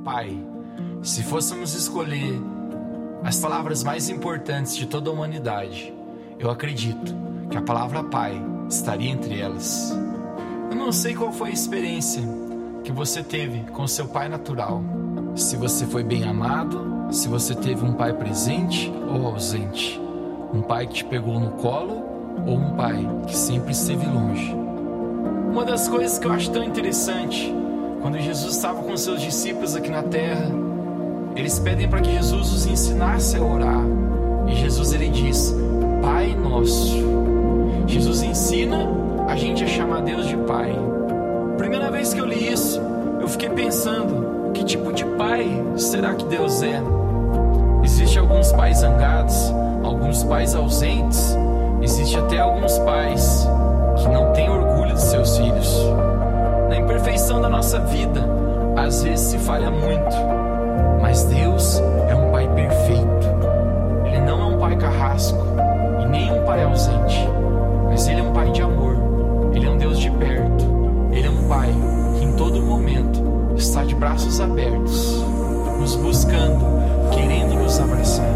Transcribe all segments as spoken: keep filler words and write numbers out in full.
Pai, se fôssemos escolher as palavras mais importantes de toda a humanidade, eu acredito que a palavra Pai estaria entre elas. Eu não sei qual foi a experiência que você teve com seu pai natural. Se você foi bem amado, se você teve um pai presente ou ausente. Um pai que te pegou no colo ou um pai que sempre esteve longe. Uma das coisas que eu acho tão interessante, quando Jesus estava com seus discípulos aqui na terra, eles pedem para que Jesus os ensinasse a orar. E Jesus ele diz, Pai Nosso. Jesus ensina a gente a chamar Deus de Pai. Primeira vez que eu li isso, eu fiquei pensando, que tipo de pai será que Deus é? Existem alguns pais zangados, alguns pais ausentes, existe até alguns pais que não têm orgulho de seus filhos. Na imperfeição da nossa vida, às vezes se falha muito, mas Deus é um pai perfeito. Ele não é um pai carrasco e nem um pai ausente, mas Ele é um pai de amor. Ele é um Deus de perto. Ele é um pai que em todo momento está de braços abertos, nos buscando, querendo nos abraçar.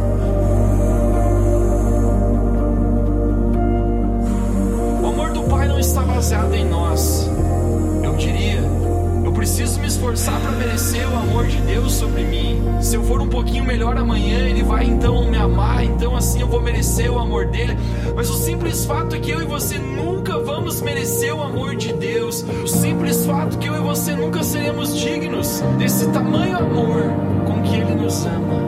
O amor do Pai não está baseado em nós. Eu diria, eu preciso me esforçar para merecer o amor de Deus sobre mim. Se eu for um pouquinho melhor amanhã, Ele vai então me amar, então assim eu vou merecer o amor dele. Mas o simples fato é que eu e você nunca vamos merecer o amor de Deus. O simples fato é que eu e você nunca seremos dignos desse tamanho amor com que Ele nos ama.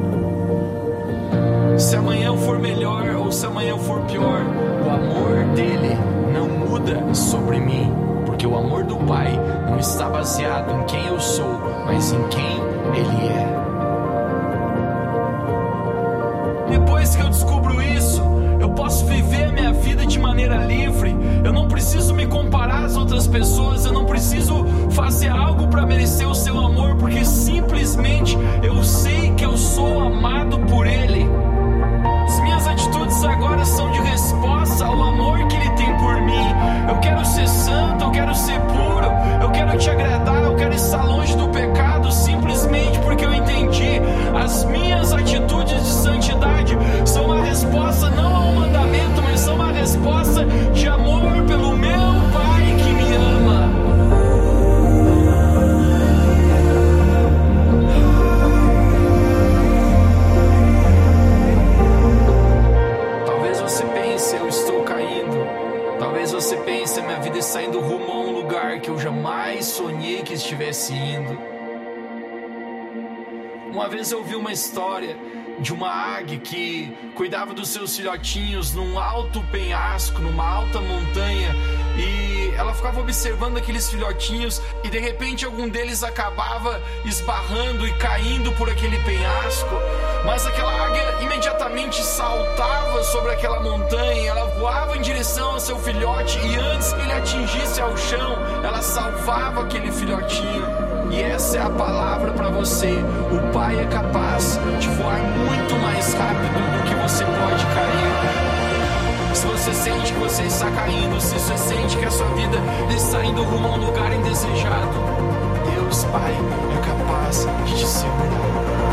Se amanhã eu for melhor ou se amanhã eu for pior, o amor dele não muda sobre mim, porque o amor do Pai não está baseado em quem eu sou, mas em quem Ele é. Depois que eu descubro isso, eu posso viver a minha vida de maneira livre. Eu não preciso me comparar às outras pessoas. Eu não preciso fazer algo para merecer o seu amor, porque simplesmente eu sei que eu sou amado por Ele. As minhas atitudes agora são de resposta ao amor que Ele tem por mim. Eu quero ser santo, eu quero ser puro, eu quero te agradar, eu quero estar longe do pecado, simplesmente porque eu entendi. As minhas atitudes de santidade são uma resposta não a um mandamento, mas são uma resposta de amor pelo meu Pai que me ama. Talvez você pense, eu estou caindo. Talvez você pense, a minha vida está indo rumo a um lugar que eu jamais sonhei que estivesse indo. Uma vez eu vi uma história de uma águia que cuidava dos seus filhotinhos num alto penhasco, numa alta montanha, e ela ficava observando aqueles filhotinhos e de repente algum deles acabava esbarrando e caindo por aquele penhasco, mas aquela águia imediatamente saltava sobre aquela montanha, ela voava em direção ao seu filhote e antes que ele atingisse ao chão, ela salvava aquele filhotinho. E essa é a palavra para você. O Pai é capaz de voar muito mais rápido do que você pode cair. Se você sente que você está caindo, se você sente que a sua vida está indo rumo a um lugar indesejado, Deus Pai é capaz de te segurar.